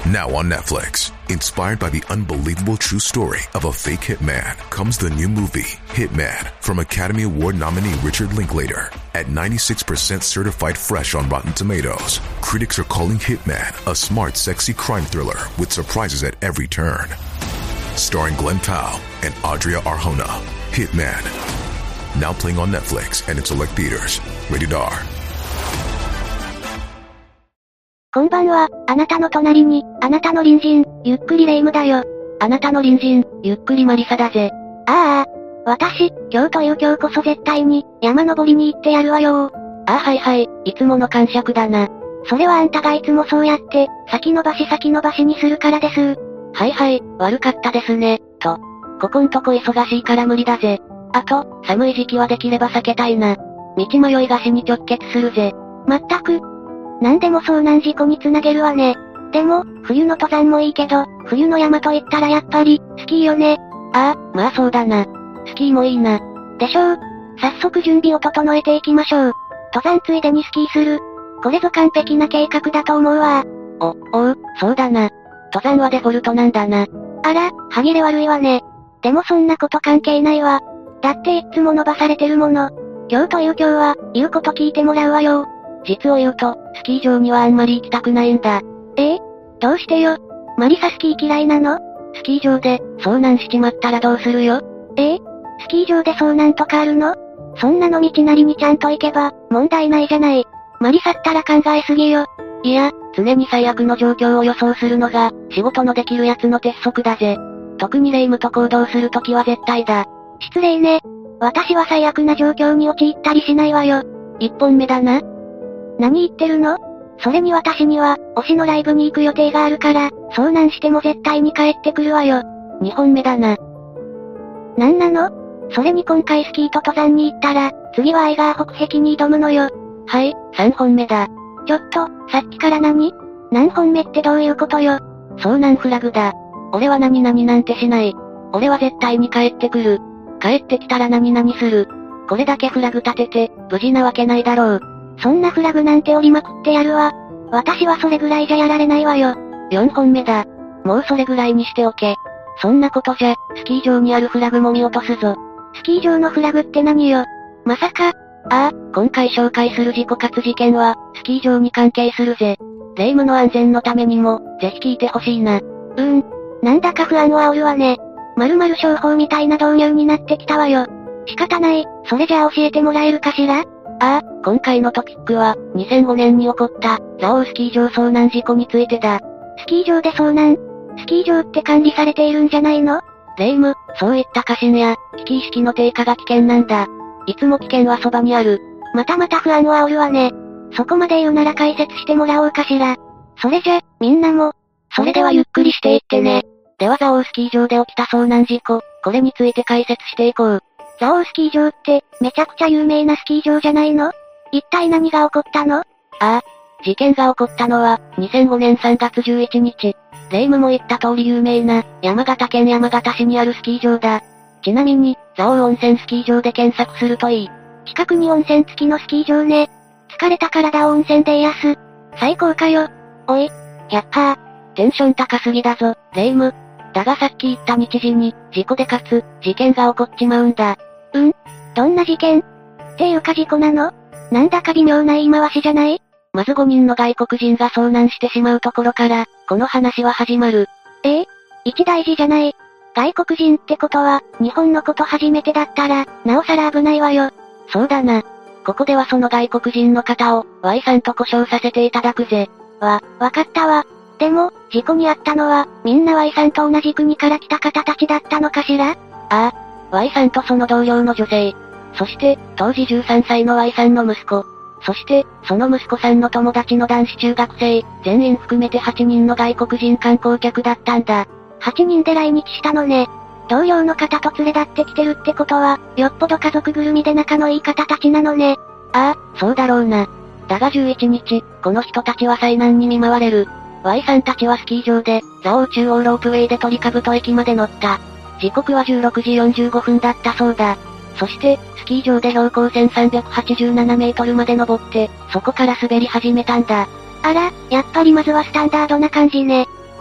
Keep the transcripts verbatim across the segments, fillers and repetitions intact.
Now on Netflix, inspired by the unbelievable true story of a fake hitman, comes the new movie, Hitman, from Academy Award nominee Richard Linklater. At ninety-six percent certified fresh on Rotten Tomatoes, critics are calling Hitman a smart, sexy crime thriller with surprises at every turn. Starring Glenn Powell and Adria Arjona, Hitman. Now playing on Netflix and in select theaters. Rated R. こんばんは、あなたの隣に、あなたの隣人、ゆっくりレ夢ムだよ。 あなたの隣人、ゆっくりマリサだぜ。 ああ、私、今日という今日こそ絶対に、山登りに行ってやるわよ。 ああはいはい、いつもの感触だな。 それはあんたがいつもそうやって、先延ばし先延ばしにするからです。 はいはい、悪かったですね、と。ここんとこ忙しいから無理だぜ。あと、寒い時期はできれば避けたいな。道迷いが死に直結するぜ。 まったく。なんでも遭難事故につなげるわね。でも、冬の登山もいいけど、冬の山と言ったらやっぱり、スキーよね。 ああ、まあそうだな。スキーもいいな。 でしょう。早速準備を整えていきましょう。登山ついでにスキーする。これぞ完璧な計画だと思うわ。 お、おう、そうだな。登山はデフォルトなんだな。 あら、歯切れ悪いわね。でもそんなこと関係ないわ。だっていっつも伸ばされてるもの。今日という今日は、言うこと聞いてもらうわよ。 実を言うと、スキー場にはあんまり行きたくないんだ。 ええ？どうしてよ。マリサスキー嫌いなの？ スキー場で、遭難しちまったらどうするよ。 ええ？スキー場で遭難とかあるの？そんなの道なりにちゃんと行けば、問題ないじゃない。マリサったら考えすぎよ。 いや、常に最悪の状況を予想するのが、仕事のできる奴の鉄則だぜ。特にレ夢ムと行動するときは絶対だ。 失礼ね。私は最悪な状況に陥ったりしないわよ。 一本目だな。 何言ってるの？それに私には、推しのライブに行く予定があるから、遭難しても絶対に帰ってくるわよ。 二本目だな。 なんなの？それに今回スキーと登山に行ったら、次はアイガー北壁に挑むのよ。 はい、三本目だ。 ちょっと、さっきから何？何本目ってどういうことよ？ 遭難フラグだ。俺は何々なんてしない。俺は絶対に帰ってくる。帰ってきたら何々する。これだけフラグ立てて、無事なわけないだろう。 そんなフラグなんて折りまくってやるわ。私はそれぐらいじゃやられないわよ。 よんほんめだ。もうそれぐらいにしておけ。そんなことじゃ、スキー場にあるフラグも見落とすぞ。 スキー場のフラグって何よ？まさか。 ああ、今回紹介する事故かつ事件は、スキー場に関係するぜ。レ夢ムの安全のためにも、ぜひ聞いてほしいな。 うーん。なんだか不安を煽るわね。〇〇商法みたいな導入になってきたわよ。仕方ない。それじゃあ教えてもらえるかしら？ ああ、今回のトピックは、にせんごねんに起こった、蔵王スキー場遭難事故についてだ。 スキー場で遭難？スキー場って管理されているんじゃないの？ レ夢ム、そういった過信や、危機意識の低下が危険なんだ。いつも危険はそばにある。 またまた不安を煽るわね。そこまで言うなら解説してもらおうかしら。それじゃ、みんなも。 それではゆっくりしていってね。では蔵王スキー場で起きた遭難事故、これについて解説していこう。 蔵王スキー場って、めちゃくちゃ有名なスキー場じゃないの？一体何が起こったの？ ああ。事件が起こったのは、にせんごねんさんがつじゅういちにち。レ夢ムも言った通り有名な、山形県山形市にあるスキー場だ。ちなみに、蔵王温泉スキー場で検索するといい。 近くに温泉付きのスキー場ね。疲れた体を温泉で癒す。最高かよ。おい。 やっはー。テンション高すぎだぞ、レ夢ム。だがさっき言った日時に、事故でかつ、事件が起こっちまうんだ。 うん？どんな事件？っていうか事故なの？なんだか微妙な言い回しじゃない？ まずごにんの外国人が遭難してしまうところから、この話は始まる。 ええ？一大事じゃない。外国人ってことは、日本のこと初めてだったら、なおさら危ないわよ。 そうだな。ここではその外国人の方を、Y さんと呼称させていただくぜ。 わ、わかったわ。でも、事故に遭ったのは、みんな Y さんと同じ国から来た方たちだったのかしら？ああ。Y さんとその同僚の女性。そして、当時じゅうさんさいの Y さんの息子。そして、その息子さんの友達の男子中学生、全員含めてはちにんの外国人観光客だったんだ。 はちにんで来日したのね。同僚の方と連れ立ってきてるってことは、よっぽど家族ぐるみで仲のいい方たちなのね。 ああ、そうだろうな。だがじゅういちにち、この人たちは災難に見舞われる。Y さんたちはスキー場で、蔵王中央ロープウェイで鳥かぶと駅まで乗った。時刻はじゅうろくじよんじゅうごふんだったそうだ。そして、スキー場で標高せんさんびゃくはちじゅうななメートルまで登って、そこから滑り始めたんだ。 あら、やっぱりまずはスタンダードな感じね。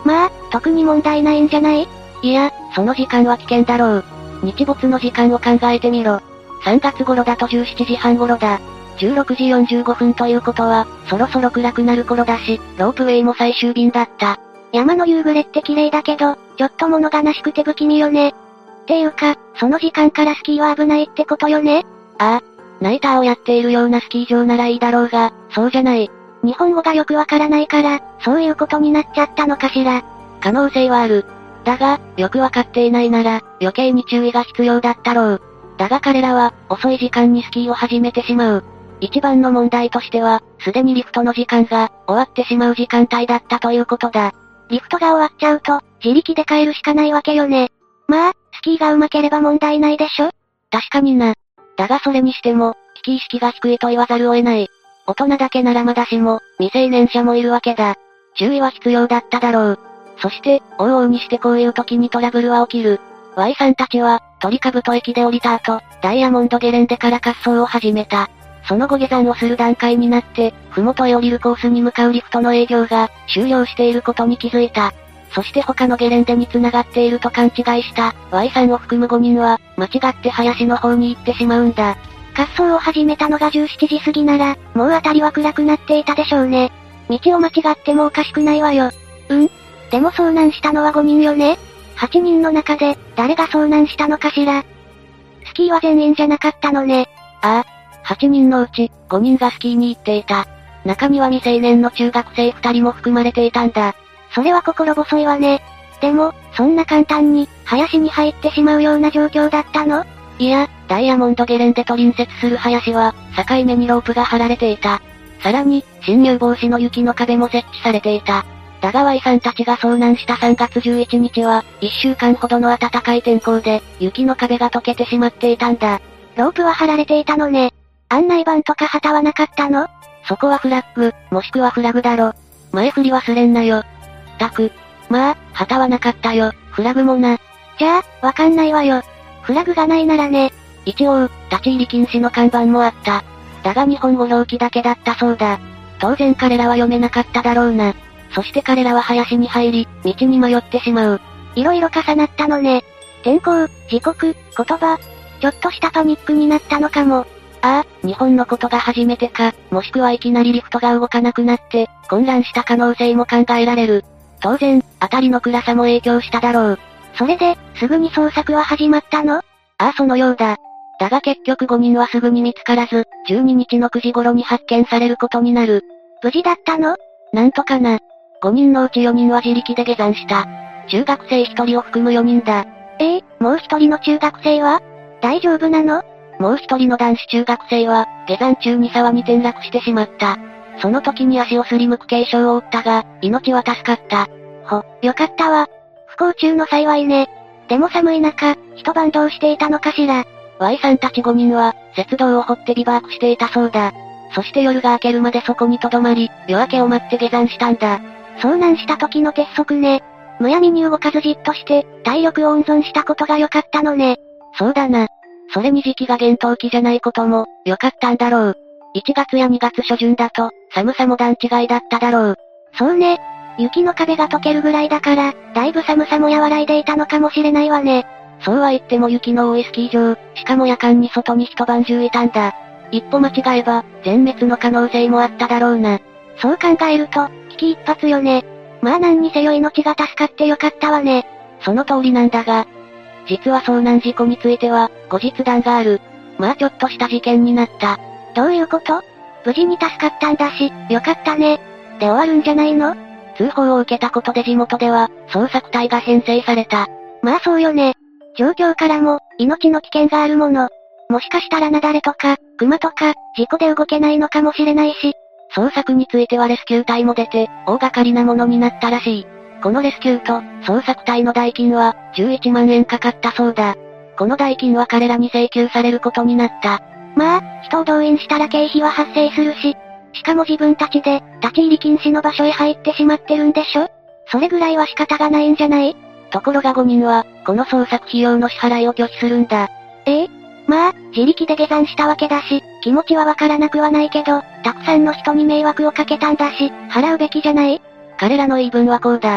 まあ、特に問題ないんじゃない？ いや、その時間は危険だろう。日没の時間を考えてみろ。さんがつ頃だとじゅうしちじはん頃だ。じゅうろくじよんじゅうごふんということは、そろそろ暗くなる頃だし、ロープウェイも最終便だった。 山の夕暮れって綺麗だけど、ちょっと物悲しくて不気味よね。っていうか、その時間からスキーは危ないってことよね？ ああ。ナイターをやっているようなスキー場ならいいだろうが、そうじゃない。 日本語がよくわからないから、そういうことになっちゃったのかしら。 可能性はある。だが、よくわかっていないなら、余計に注意が必要だったろう。だが彼らは、遅い時間にスキーを始めてしまう。一番の問題としては、すでにリフトの時間が、終わってしまう時間帯だったということだ。 リフトが終わっちゃうと、自力で帰るしかないわけよね。まあ、スキーが上手ければ問題ないでしょ？ 確かにな。だがそれにしても、危機意識が低いと言わざるを得ない。大人だけならまだしも、未成年者もいるわけだ。注意は必要だっただろう。そして、往々にしてこういう時にトラブルは起きる。Y さんたちは、鳥兜駅で降りた後、ダイヤモンドゲレンデから滑走を始めた。その後下山をする段階になって、ふもとへ降りるコースに向かうリフトの営業が、終了していることに気づいた。そして他のゲレンデに繋がっていると勘違いした、Y さんを含むごにんは、間違って林の方に行ってしまうんだ。 滑走を始めたのがじゅうしちじ過ぎなら、もう辺りは暗くなっていたでしょうね。道を間違ってもおかしくないわよ。うん？でも遭難したのはごにんよね？はちにんの中で、誰が遭難したのかしら？スキーは全員じゃなかったのね。 ああ。はちにんのうち、ごにんがスキーに行っていた。中には未成年の中学生ふたりも含まれていたんだ。 それは心細いわね。でも、そんな簡単に、林に入ってしまうような状況だったの？ いや、ダイヤモンドゲレンデと隣接する林は、境目にロープが張られていた。さらに、侵入防止の雪の壁も設置されていた。だが Y さんたちが遭難したさんがつじゅういちにちは、いっしゅうかんほどの暖かい天候で、雪の壁が溶けてしまっていたんだ。 ロープは張られていたのね。案内板とか旗はなかったの？ そこはフラッグ、もしくはフラグだろ。前振り忘れんなよ。たく。まあ、旗はなかったよ、フラグもな。 じゃあ、わかんないわよ。フラグがないならね。 一応、立ち入り禁止の看板もあった。だが日本語表記だけだったそうだ。当然彼らは読めなかっただろうな。そして彼らは林に入り、道に迷ってしまう。 いろいろ重なったのね。天候、時刻、言葉。ちょっとしたパニックになったのかも。 ああ、日本のことが初めてか、もしくはいきなりリフトが動かなくなって、混乱した可能性も考えられる。当然、辺りの暗さも影響しただろう。 それで、すぐに捜索は始まったの？ ああ、そのようだ。だが結局ごにんはすぐに見つからず、じゅうににちのくじ頃に発見されることになる。 無事だったの？ なんとかな。ごにんのうちよにんは自力で下山した。中学生ひとりを含むよにんだ。 ええ、もうひとりの中学生は？大丈夫なの？ もう一人の男子中学生は、下山中に沢に転落してしまった。その時に足をすりむく軽傷を負ったが、命は助かった。 ほ、よかったわ。不幸中の幸いね。でも寒い中、一晩どうしていたのかしら。 Y さんたちごにんは、雪道を掘ってビバークしていたそうだ。そして夜が明けるまでそこに留まり、夜明けを待って下山したんだ。 遭難した時の鉄則ね。むやみに動かずじっとして、体力を温存したことが良かったのね。 そうだな。それに時期が厳冬期じゃないことも、良かったんだろう。いちがつやにがつ初旬だと、寒さも段違いだっただろう。 そうね。雪の壁が溶けるぐらいだから、だいぶ寒さも和らいでいたのかもしれないわね。 そうは言っても雪の多いスキー場、しかも夜間に外に一晩中いたんだ。一歩間違えば、全滅の可能性もあっただろうな。 そう考えると、危機一髪よね。まあ何にせよ命が助かってよかったわね。 その通りなんだが、実は遭難事故については、後日談がある。まあちょっとした事件になった。 どういうこと？無事に助かったんだし、よかったね。で終わるんじゃないの？ 通報を受けたことで地元では、捜索隊が編成された。 まあそうよね。状況からも、命の危険があるもの。もしかしたら雪崩とか、熊とか、事故で動けないのかもしれないし。 捜索についてはレスキュー隊も出て、大掛かりなものになったらしい。このレスキューと、捜索隊の代金は、じゅういちまんえんかかったそうだ。この代金は彼らに請求されることになった。 まあ、人を動員したら経費は発生するし、しかも自分たちで、立ち入り禁止の場所へ入ってしまってるんでしょ？それぐらいは仕方がないんじゃない？ ところがごにんは、この捜索費用の支払いを拒否するんだ。 ええ？まあ、自力で下山したわけだし、気持ちはわからなくはないけど、たくさんの人に迷惑をかけたんだし、払うべきじゃない？ 彼らの言い分はこうだ。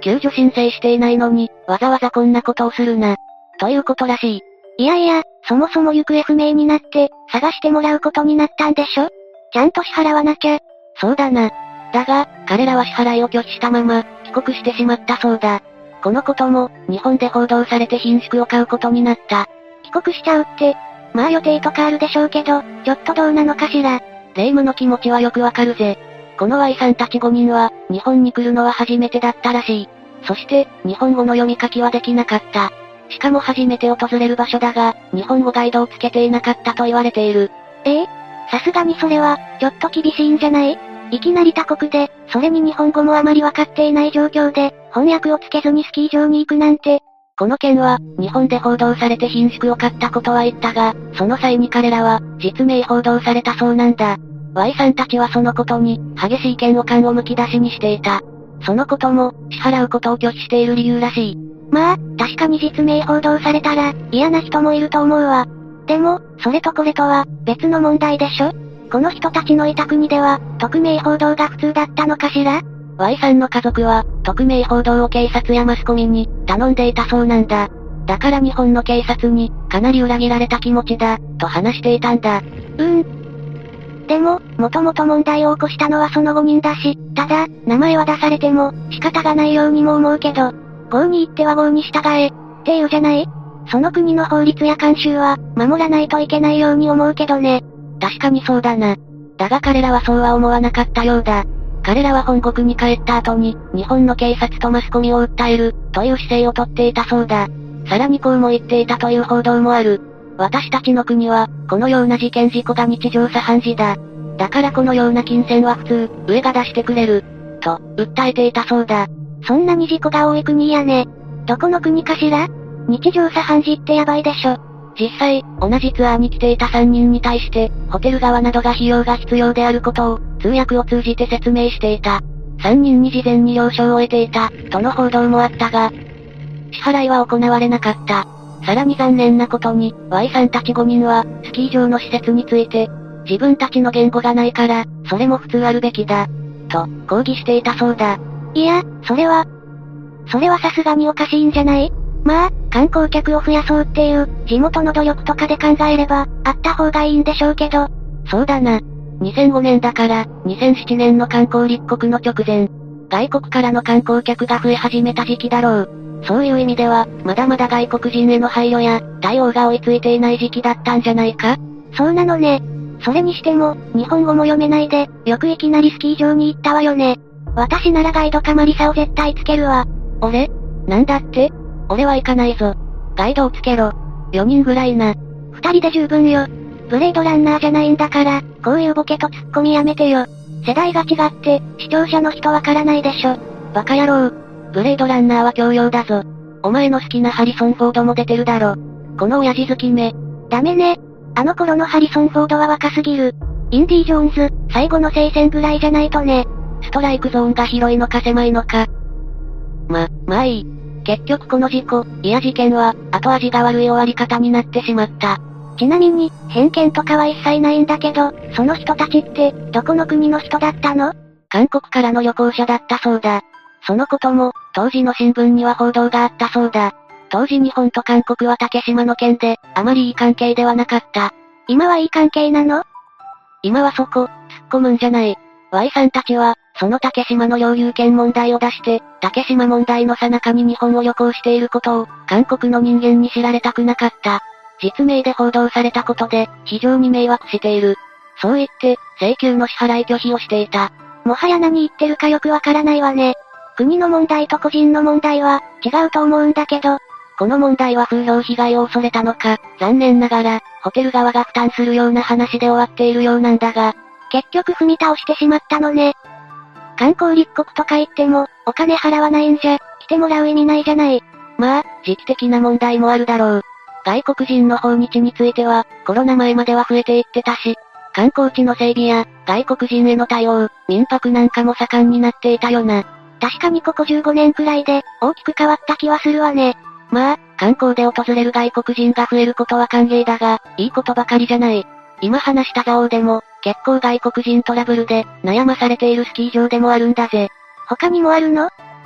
救助申請していないのに、わざわざこんなことをするな。ということらしい。 いやいや、そもそも行方不明になって、探してもらうことになったんでしょ？ちゃんと支払わなきゃ。 そうだな。だが、彼らは支払いを拒否したまま、帰国してしまったそうだ。このことも、日本で報道されて顰蹙を買うことになった。 帰国しちゃうって、まあ予定とかあるでしょうけど、ちょっとどうなのかしら。 霊夢の気持ちはよくわかるぜ。この Y さんたちごにんは、日本に来るのは初めてだったらしい。そして、日本語の読み書きはできなかった。しかも初めて訪れる場所だが、日本語ガイドをつけていなかったと言われている。 ええ？さすがにそれは、ちょっと厳しいんじゃない？いきなり他国で、それに日本語もあまりわかっていない状況で、翻訳をつけずにスキー場に行くなんて。 この件は、日本で報道されて顰蹙を買ったことは言ったが、その際に彼らは、実名報道されたそうなんだ。Y さんたちはそのことに、激しい嫌悪感をむき出しにしていた。そのことも、支払うことを拒否している理由らしい。 まあ、確かに実名報道されたら、嫌な人もいると思うわ。でも、それとこれとは、別の問題でしょ？この人たちのいた国では、匿名報道が普通だったのかしら？ Y さんの家族は、匿名報道を警察やマスコミに、頼んでいたそうなんだ。だから日本の警察に、かなり裏切られた気持ちだ、と話していたんだ。 うーん。でも、もともと問題を起こしたのはそのごにんだし、ただ、名前は出されても、仕方がないようにも思うけど、郷に行っては郷に従え、っていうじゃない？その国の法律や慣習は、守らないといけないように思うけどね。 確かにそうだな。だが彼らはそうは思わなかったようだ。彼らは本国に帰った後に、日本の警察とマスコミを訴える、という姿勢をとっていたそうだ。さらにこうも言っていたという報道もある。私たちの国は、このような事件事故が日常茶飯事だ。だからこのような金銭は普通、上が出してくれる。と、訴えていたそうだ。 そんなに事故が多い国やね。どこの国かしら？日常茶飯事ってやばいでしょ。 実際、同じツアーに来ていたさんにんに対して、ホテル側などが費用が必要であることを、通訳を通じて説明していた。さんにんに事前に了承を得ていた、との報道もあったが、支払いは行われなかった。さらに残念なことに、Y さんたちごにんは、スキー場の施設について、自分たちの言語がないから、それも普通あるべきだ。と、抗議していたそうだ。 いや、それは、それはさすがにおかしいんじゃない？まあ、観光客を増やそうっていう、地元の努力とかで考えれば、あった方がいいんでしょうけど。 そうだな。にせんごねんだから、にせんななねんの観光立国の直前。外国からの観光客が増え始めた時期だろう。そういう意味では、まだまだ外国人への配慮や、対応が追いついていない時期だったんじゃないか？ そうなのね。それにしても、日本語も読めないで、よくいきなりスキー場に行ったわよね。私ならガイドかマリサを絶対つけるわ。 俺？なんだって？俺は行かないぞ。ガイドをつけろ。よにんぐらいな。 二人で十分よ。ブレードランナーじゃないんだから、こういうボケとツッコミやめてよ。世代が違って、視聴者の人わからないでしょ。 バカ野郎。ブレードランナーは教養だぞ。お前の好きなハリソン・フォードも出てるだろ。この親父好きめ。 ダメね。あの頃のハリソン・フォードは若すぎる。インディ・ジョーンズ、最後の聖戦ぐらいじゃないとね。 ストライクゾーンが広いのか狭いのか。ま、まあいい。結局この事故、いや事件は、後味が悪い終わり方になってしまった。 ちなみに、偏見とかは一切ないんだけど、その人たちって、どこの国の人だったの？ 韓国からの旅行者だったそうだ。そのことも、当時の新聞には報道があったそうだ。当時日本と韓国は竹島の件で、あまりいい関係ではなかった。 今はいい関係なの？ 今はそこ、突っ込むんじゃない。Y さんたちは、その竹島の領有権問題を出して、竹島問題の最中に日本を旅行していることを、韓国の人間に知られたくなかった。実名で報道されたことで、非常に迷惑している。そう言って、請求の支払い拒否をしていた。 もはや何言ってるかよくわからないわね。国の問題と個人の問題は、違うと思うんだけど。 この問題は風評被害を恐れたのか、残念ながら、ホテル側が負担するような話で終わっているようなんだが、 結局踏み倒してしまったのね。観光立国とか言っても、お金払わないんじゃ、来てもらう意味ないじゃない。 まあ、時期的な問題もあるだろう。外国人の訪日については、コロナ前までは増えていってたし、観光地の整備や、外国人への対応、民泊なんかも盛んになっていたよな。 確かにここじゅうごねんくらいで、大きく変わった気はするわね。 まあ、観光で訪れる外国人が増えることは歓迎だが、いいことばかりじゃない。今話した蔵王でも、結構外国人トラブルで、悩まされているスキー場でもあるんだぜ。 他にもあるの？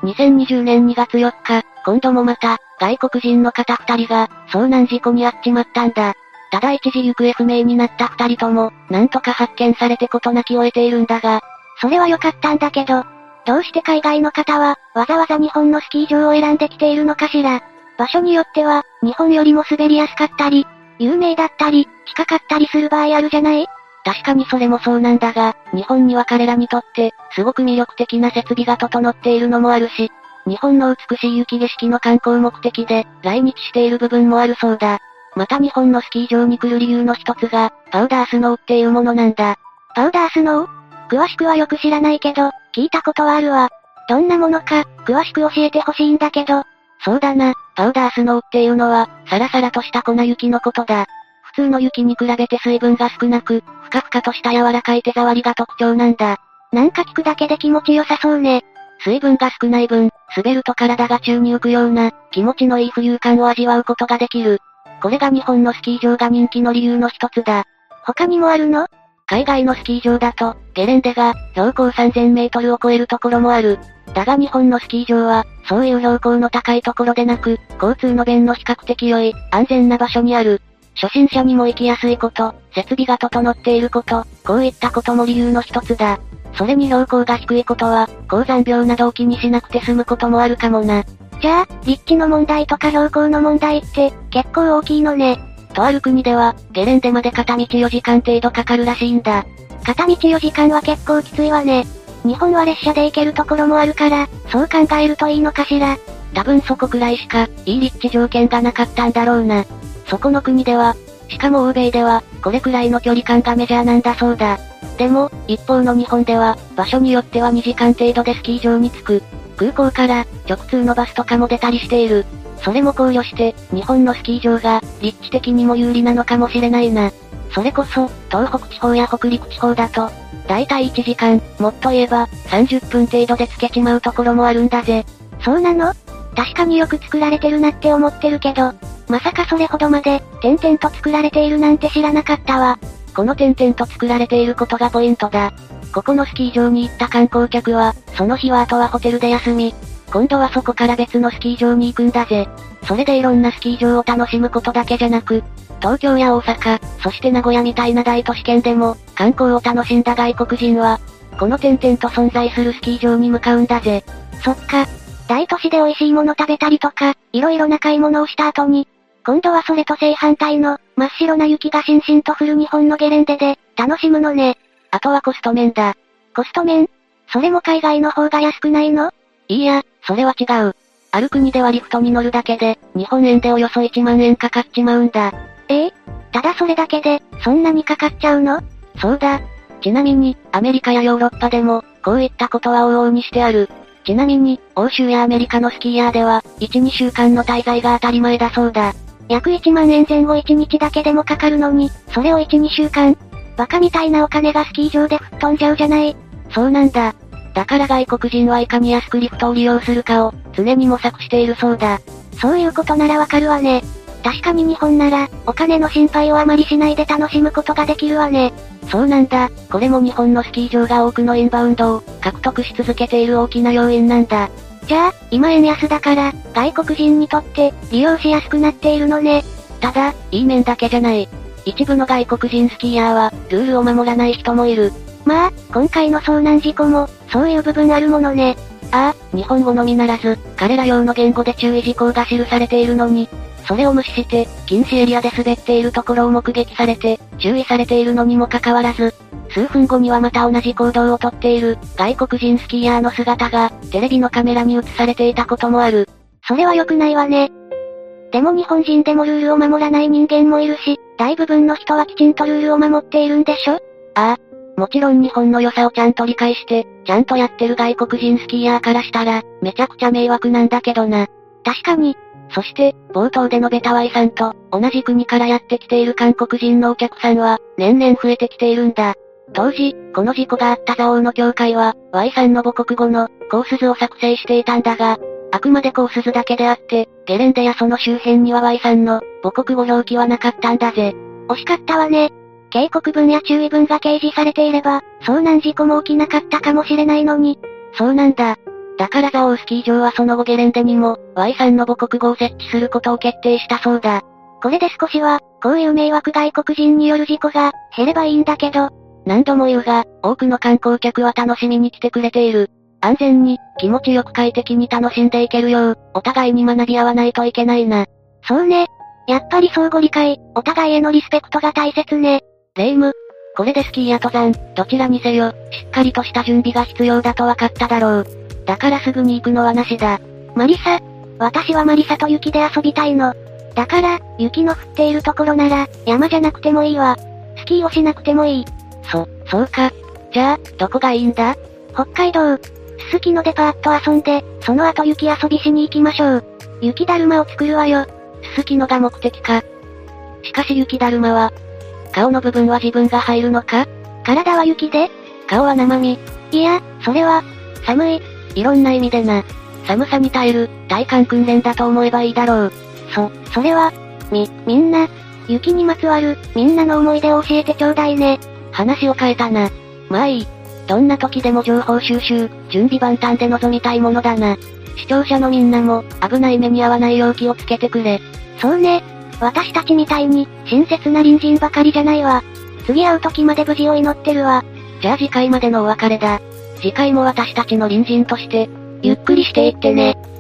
にせんにじゅうねんにがつよっか、今度もまた、外国人の方二人が、遭難事故に遭っちまったんだ。ただ一時行方不明になった二人とも、なんとか発見されて事なきを得ているんだが、 それは良かったんだけど、どうして海外の方は、わざわざ日本のスキー場を選んできているのかしら。場所によっては、日本よりも滑りやすかったり、有名だったり、近かったりする場合あるじゃない？ 確かにそれもそうなんだが、日本には彼らにとって、すごく魅力的な設備が整っているのもあるし、日本の美しい雪景色の観光目的で、来日している部分もあるそうだ。また日本のスキー場に来る理由の一つが、パウダースノーっていうものなんだ。 パウダースノー？詳しくはよく知らないけど、聞いたことはあるわ。どんなものか、詳しく教えてほしいんだけど。 そうだな、パウダースノーっていうのは、サラサラとした粉雪のことだ。普通の雪に比べて水分が少なく、ふかふかとした柔らかい手触りが特徴なんだ。 なんか聞くだけで気持ちよさそうね。 水分が少ない分、滑ると体が宙に浮くような、気持ちのいい浮遊感を味わうことができる。これが日本のスキー場が人気の理由の一つだ。 他にもあるの？ 海外のスキー場だと、ゲレンデが、標高さんぜんメートルを超えるところもある。だが日本のスキー場は、そういう標高の高いところでなく、交通の便の比較的良い、安全な場所にある。初心者にも行きやすいこと、設備が整っていること、こういったことも理由の一つだ。それに標高が低いことは、高山病などを気にしなくて済むこともあるかもな。 じゃあ、立地の問題とか標高の問題って、結構大きいのね。 とある国では、ゲレンデまで片道よじかん程度かかるらしいんだ。 片道よじかんは結構きついわね。日本は列車で行けるところもあるから、そう考えるといいのかしら。 多分そこくらいしか、いい立地条件がなかったんだろうな。そこの国では、しかも欧米では、これくらいの距離感がメジャーなんだそうだ。でも、一方の日本では、場所によってはにじかん程度でスキー場に着く。空港から、直通のバスとかも出たりしている。それも考慮して、日本のスキー場が、立地的にも有利なのかもしれないな。それこそ、東北地方や北陸地方だと、だいたいいちじかん、もっと言えば、さんじゅっぷん程度で着けちまうところもあるんだぜ。 そうなの？確かによく作られてるなって思ってるけど、まさかそれほどまで、点々と作られているなんて知らなかったわ。 この点々と作られていることがポイントだ。ここのスキー場に行った観光客は、その日はあとはホテルで休み、今度はそこから別のスキー場に行くんだぜ。それでいろんなスキー場を楽しむことだけじゃなく、東京や大阪、そして名古屋みたいな大都市圏でも、観光を楽しんだ外国人は、この点々と存在するスキー場に向かうんだぜ。 そっか。大都市で美味しいもの食べたりとか、いろいろな買い物をした後に、今度はそれと正反対の、真っ白な雪がしんしんと降る日本のゲレンデで、楽しむのね。 あとはコスト面だ。 コスト面？それも海外の方が安くないの？ いいや、それは違う。ある国ではリフトに乗るだけで、日本円でおよそいちまんえんかかっちまうんだ。 ええ？ただそれだけで、そんなにかかっちゃうの？ そうだ。ちなみに、アメリカやヨーロッパでも、こういったことは往々にしてある。ちなみに、欧州やアメリカのスキーヤーでは、いち、にしゅうかんの滞在が当たり前だそうだ。 約いちまんえんぜん後いちにちだけでもかかるのに、それをいち、にしゅうかん？バカみたいなお金がスキー場で吹っ飛んじゃうじゃない。 そうなんだ。だから外国人はいかに安くリフトを利用するかを、常に模索しているそうだ。 そういうことならわかるわね。確かに日本なら、お金の心配をあまりしないで楽しむことができるわね。 そうなんだ。これも日本のスキー場が多くのインバウンドを獲得し続けている大きな要因なんだ。 じゃあ、今円安だから、外国人にとって、利用しやすくなっているのね。 ただ、いい面だけじゃない。一部の外国人スキーヤーは、ルールを守らない人もいる。 まあ、今回の遭難事故も、そういう部分あるものね。 ああ、日本語のみならず、彼ら用の言語で注意事項が記されているのに、それを無視して、禁止エリアで滑っているところを目撃されて、注意されているのにもかかわらず、数分後にはまた同じ行動をとっている、外国人スキーヤーの姿が、テレビのカメラに映されていたこともある。 それは良くないわね。でも日本人でもルールを守らない人間もいるし、大部分の人はきちんとルールを守っているんでしょ？ ああ。もちろん日本の良さをちゃんと理解して、ちゃんとやってる外国人スキーヤーからしたら、めちゃくちゃ迷惑なんだけどな。 確かに。 そして、冒頭で述べた Y さんと、同じ国からやってきている韓国人のお客さんは、年々増えてきているんだ。当時、この事故があった蔵王の教会は、Y さんの母国語の、コース図を作成していたんだが、あくまでコース図だけであって、ゲレンデやその周辺には Y さんの、母国語表記はなかったんだぜ。 惜しかったわね。警告文や注意文が掲示されていれば、遭難事故も起きなかったかもしれないのに。 そうなんだ。 だから蔵王スキー場はその後ゲレンデにも、ワイさんの母国語を設置することを決定したそうだ。 これで少しは、こういう迷惑外国人による事故が、減ればいいんだけど。 何度も言うが、多くの観光客は楽しみに来てくれている。安全に、気持ちよく快適に楽しんでいけるよう、お互いに学び合わないといけないな。 そうね。やっぱり相互理解、お互いへのリスペクトが大切ね。 レイム。これでスキーや登山、どちらにせよ、しっかりとした準備が必要だと分かっただろう。だからすぐに行くのはなしだ。 マリサ。私はマリサと雪で遊びたいの。だから、雪の降っているところなら、山じゃなくてもいいわ。スキーをしなくてもいい。 そ、そうか。じゃあ、どこがいいんだ？ 北海道。すすきのデパート遊んで、その後雪遊びしに行きましょう。雪だるまを作るわよ。 すすきのが目的か。しかし雪だるまは、顔の部分は自分が入るのか？ 体は雪で？ 顔は生身。 いや、それは、寒い。 いろんな意味でな。寒さに耐える、体幹訓練だと思えばいいだろう。 そ、それは、み、みんな、雪にまつわる、みんなの思い出を教えてちょうだいね。 話を変えたな。まあいい。どんな時でも情報収集、準備万端で臨みたいものだな。視聴者のみんなも、危ない目に遭わないよう気をつけてくれ。 そうね。私たちみたいに、親切な隣人ばかりじゃないわ。次会う時まで無事を祈ってるわ。 じゃあ次回までのお別れだ。次回も私たちの隣人として、ゆっくりしていってね。